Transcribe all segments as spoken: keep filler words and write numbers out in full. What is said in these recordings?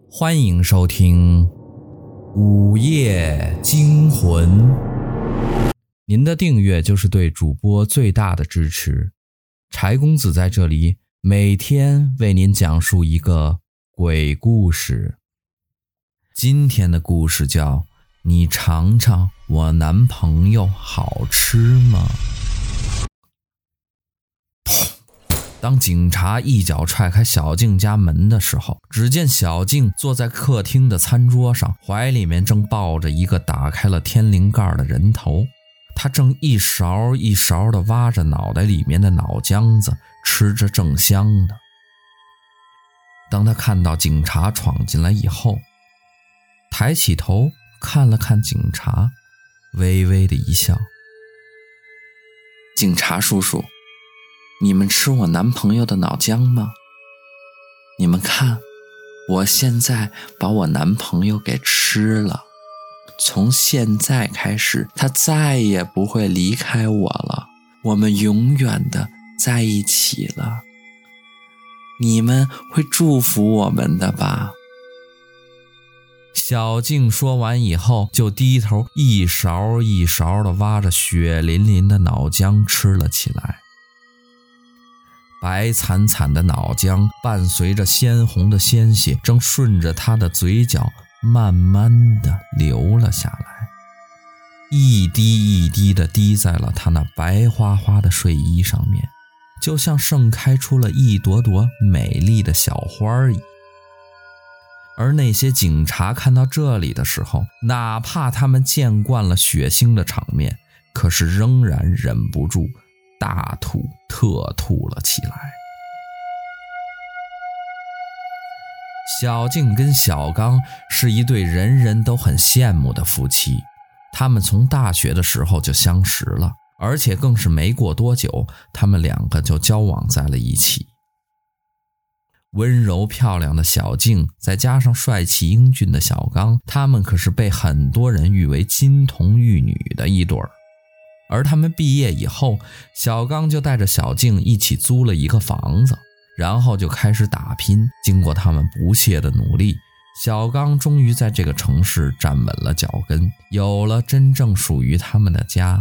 欢迎收听《午夜惊魂》。您的订阅就是对主播最大的支持。柴公子在这里每天为您讲述一个鬼故事。今天的故事叫你尝尝我男朋友好吃吗？当警察一脚踹开小静家门的时候，只见小静坐在客厅的餐桌上，怀里面正抱着一个打开了天灵盖的人头，她正一勺一勺地挖着脑袋里面的脑浆子，吃着正香呢。当她看到警察闯进来以后，抬起头看了看警察，微微的一笑。 警察叔叔，你们吃我男朋友的脑浆吗？你们看，我现在把我男朋友给吃了，从现在开始他再也不会离开我了，我们永远的在一起了。你们会祝福我们的吧？ 小静说完以后，就低头一勺一勺地挖着血淋淋的脑浆吃了起来。白惨惨的脑浆伴随着鲜红的鲜血，正顺着她的嘴角慢慢地流了下来，一滴一滴地滴在了她那白花花的睡衣上面，就像盛开出了一朵朵美丽的小花一样。而那些警察看到这里的时候，哪怕他们见惯了血腥的场面，可是仍然忍不住大吐特吐了起来。小静跟小刚是一对人人都很羡慕的夫妻，他们从大学的时候就相识了，而且更是没过多久，他们两个就交往在了一起。温柔漂亮的小静再加上帅气英俊的小刚，他们可是被很多人誉为金童玉女的一对儿。而他们毕业以后，小刚就带着小静一起租了一个房子，然后就开始打拼。经过他们不懈的努力，小刚终于在这个城市站稳了脚跟，有了真正属于他们的家。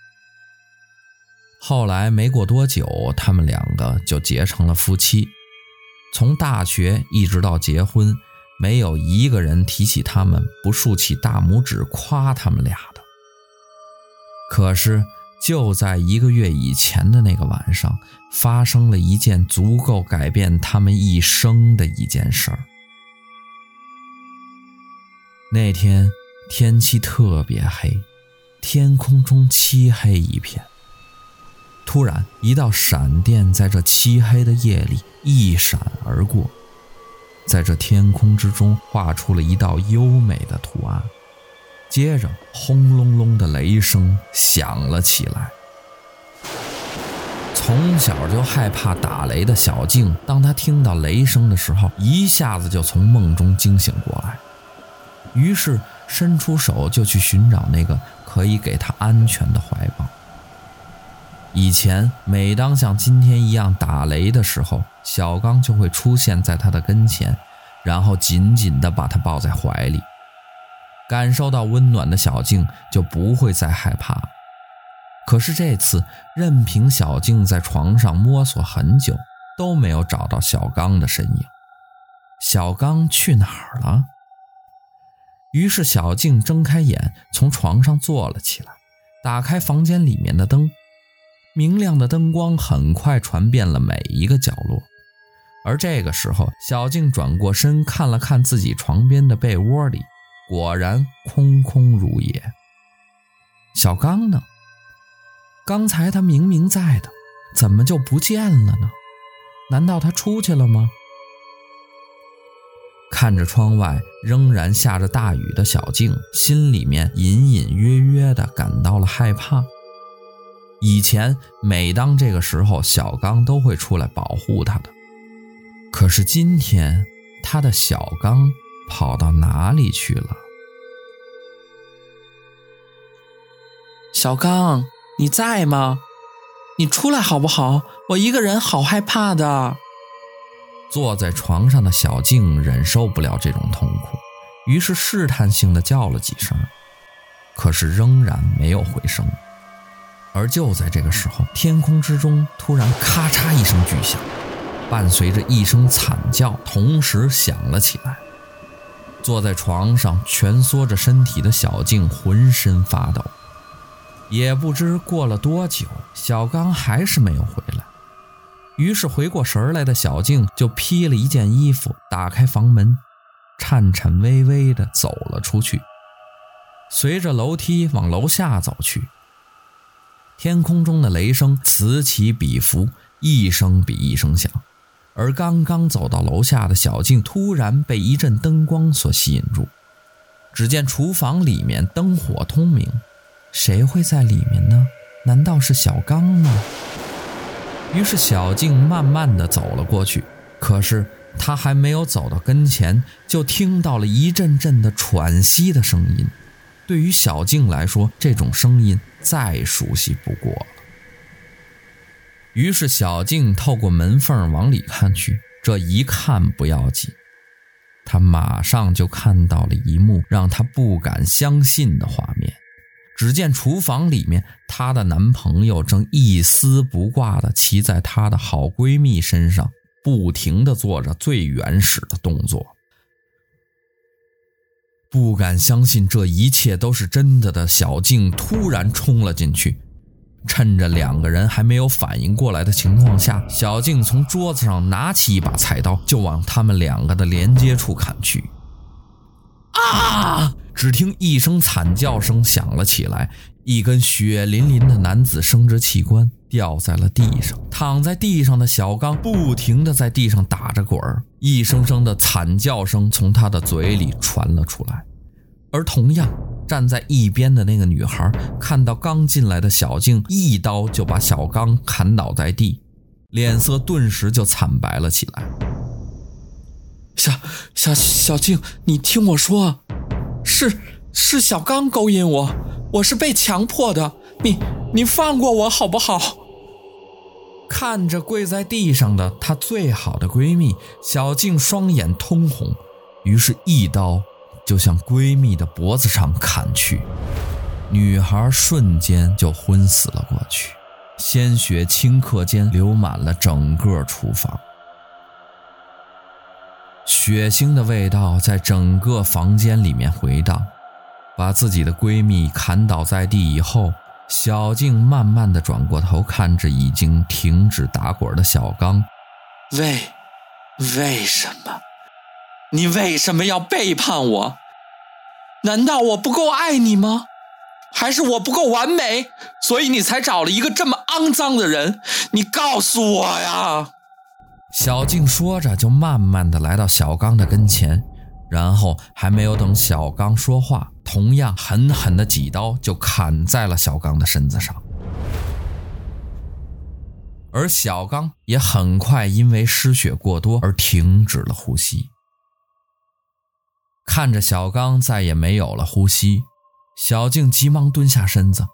后来没过多久，他们两个就结成了夫妻。从大学一直到结婚，没有一个人提起他们不竖起大拇指夸他们俩的。可是就在一个月以前的那个晚上，发生了一件足够改变他们一生的一件事儿。那天天气特别黑，天空中漆黑一片。突然一道闪电在这漆黑的夜里一闪而过，在这天空之中画出了一道优美的图案。接着轰隆隆的雷声响了起来。从小就害怕打雷的小静，当她听到雷声的时候，一下子就从梦中惊醒过来，于是伸出手就去寻找那个可以给她安全的怀抱。以前每当像今天一样打雷的时候，小刚就会出现在她的跟前，然后紧紧地把她抱在怀里。感受到温暖的小静就不会再害怕。可是这次任凭小静在床上摸索很久，都没有找到小刚的身影。小刚去哪儿了？于是小静睁开眼，从床上坐了起来，打开房间里面的灯。明亮的灯光很快传遍了每一个角落。而这个时候，小静转过身看了看自己床边的被窝里，果然空空如也。小刚呢？刚才他明明在的，怎么就不见了呢？难道他出去了吗？看着窗外仍然下着大雨的小静，心里面隐隐约约地感到了害怕。以前每当这个时候，小刚都会出来保护他的，可是今天他的小刚跑到哪里去了？ 小刚，你在吗？你出来好不好？我一个人好害怕的。 坐在床上的小静忍受不了这种痛苦，于是试探性地叫了几声，可是仍然没有回声。而就在这个时候，天空之中突然咔嚓一声巨响，伴随着一声惨叫同时响了起来。坐在床上蜷缩着身体的小静浑身发抖。也不知过了多久，小刚还是没有回来。于是回过神来的小静就披了一件衣服，打开房门，颤颤巍巍地走了出去，随着楼梯往楼下走去。天空中的雷声此起彼伏，一声比一声响，而刚刚走到楼下的小静突然被一阵灯光所吸引住。只见厨房里面灯火通明，谁会在里面呢？难道是小刚吗？于是小静慢慢地走了过去，可是她还没有走到跟前，就听到了一阵阵的喘息的声音。对于小静来说，这种声音再熟悉不过了。于是小静透过门缝往里看去，这一看不要紧，她马上就看到了一幕让她不敢相信的画面。只见厨房里面，她的男朋友正一丝不挂地骑在她的好闺蜜身上，不停地做着最原始的动作。不敢相信这一切都是真的的小静突然冲了进去，趁着两个人还没有反应过来的情况下，小静从桌子上拿起一把菜刀，就往他们两个的连接处砍去。啊！只听一声惨叫声响了起来，一根血淋淋的男子生殖器官掉在了地上，躺在地上的小刚不停地在地上打着滚儿，一声声的惨叫声从他的嘴里传了出来。而同样站在一边的那个女孩看到刚进来的小静，一刀就把小刚砍倒在地，脸色顿时就惨白了起来。 小小小静，你听我说，是是小刚勾引我，我是被强迫的，你你放过我好不好？ 看着跪在地上的她最好的闺蜜，小静双眼通红，于是一刀就向闺蜜的脖子上砍去，女孩瞬间就昏死了过去，鲜血顷刻间流满了整个厨房。血腥的味道在整个房间里面回荡。把自己的闺蜜砍倒在地以后，小静慢慢地转过头，看着已经停止打滚的小刚。 为为什么？你为什么要背叛我？难道我不够爱你吗？还是我不够完美，所以你才找了一个这么肮脏的人？你告诉我呀！ 小静说着就慢慢地来到小刚的跟前，然后还没有等小刚说话，同样狠狠的几刀就砍在了小刚的身子上。而小刚也很快因为失血过多而停止了呼吸。看着小刚再也没有了呼吸，小静急忙蹲下身子。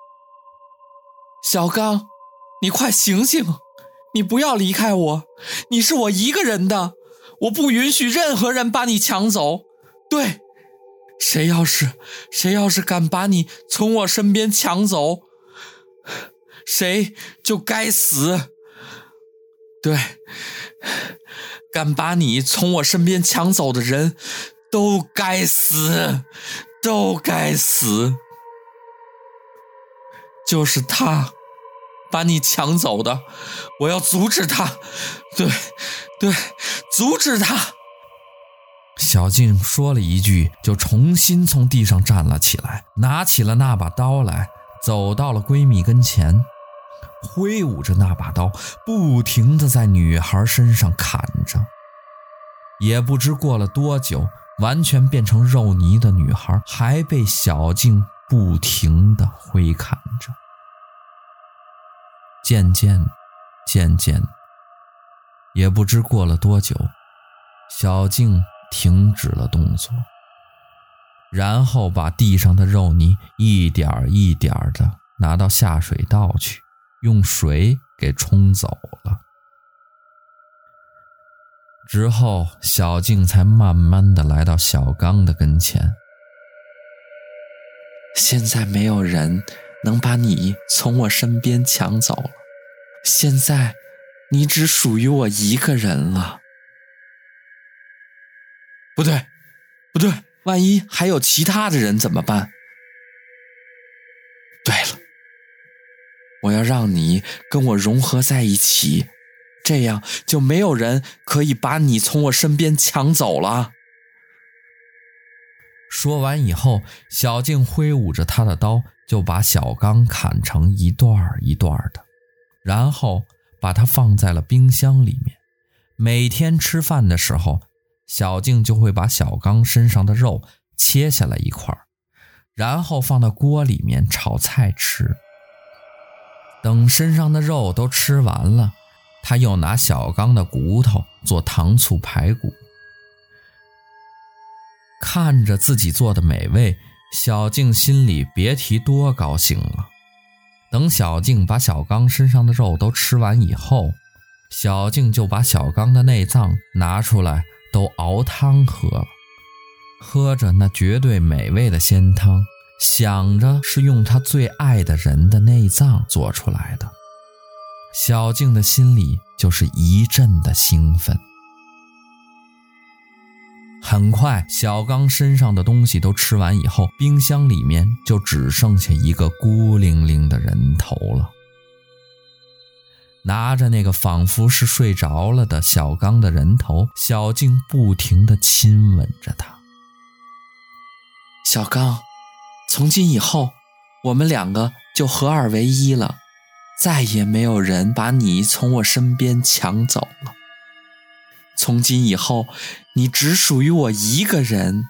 小刚，你快醒醒，你不要离开我，你是我一个人的，我不允许任何人把你抢走。对，谁要是谁要是敢把你从我身边抢走，谁就该死。对，敢把你从我身边抢走的人都该死，都该死。就是他把你抢走的，我要阻止他。对对，阻止他。 小静说了一句，就重新从地上站了起来，拿起了那把刀来，走到了闺蜜跟前，挥舞着那把刀，不停地在女孩身上砍着。也不知过了多久，完全变成肉泥的女孩还被小静不停地挥砍着。渐渐渐渐也不知过了多久，小静停止了动作，然后把地上的肉泥一点一点的拿到下水道去，用水给冲走了。 之后，小静才慢慢地来到小刚的跟前。 现在没有人能把你从我身边抢走了，现在你只属于我一个人了。不对，不对，万一还有其他的人怎么办？对了，我要让你跟我融合在一起，这样就没有人可以把你从我身边抢走了。 说完以后，小静挥舞着她的刀，就把小刚砍成一段一段的，然后把它放在了冰箱里面。每天吃饭的时候，小静就会把小刚身上的肉切下来一块，然后放到锅里面炒菜吃。等身上的肉都吃完了，她又拿小刚的骨头做糖醋排骨。看着自己做的美味，小静心里别提多高兴了。等小静把小刚身上的肉都吃完以后，小静就把小刚的内脏拿出来都熬汤喝了。喝着那绝对美味的鲜汤，想着是用她最爱的人的内脏做出来的，小静的心里就是一阵的兴奋。很快，小刚身上的东西都吃完以后，冰箱里面就只剩下一个孤零零的人头了。拿着那个仿佛是睡着了的小刚的人头，小静不停地亲吻着他。 小刚，从今以后，我们两个就合二为一了，再也没有人把你从我身边抢走了。从今以后，你只属于我一个人。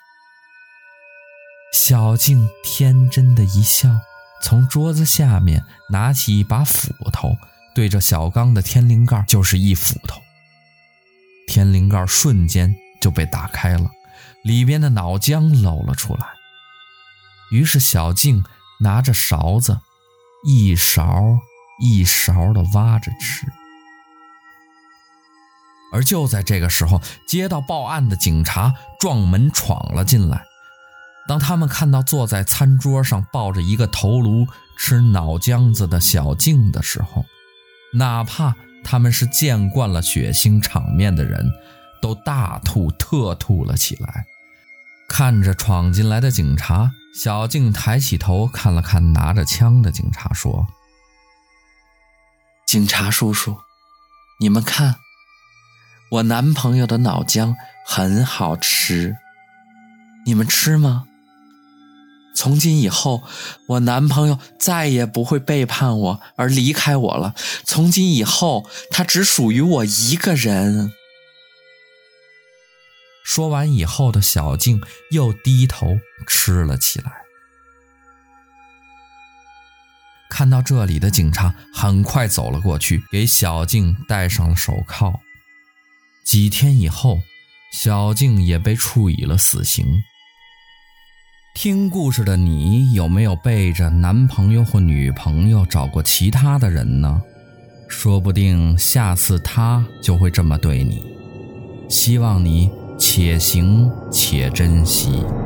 小静天真的一笑，从桌子下面拿起一把斧头，对着小刚的天灵盖就是一斧头。天灵盖瞬间就被打开了，里边的脑浆露了出来。于是小静拿着勺子，一勺一勺地挖着吃。而就在这个时候，接到报案的警察撞门闯了进来。当他们看到坐在餐桌上抱着一个头颅吃脑浆子的小静的时候，哪怕他们是见惯了血腥场面的人，都大吐特吐了起来。看着闯进来的警察，小静抬起头看了看拿着枪的警察，说： 警察叔叔，你们看，我男朋友的脑浆很好吃，你们吃吗？从今以后，我男朋友再也不会背叛我而离开我了。从今以后，他只属于我一个人。 说完以后的小静又低头吃了起来。看到这里的警察很快走了过去，给小静戴上了手铐。几天以后，小静也被处以了死刑。听故事的你，有没有背着男朋友或女朋友找过其他的人呢？说不定下次他就会这么对你。希望你且行且珍惜。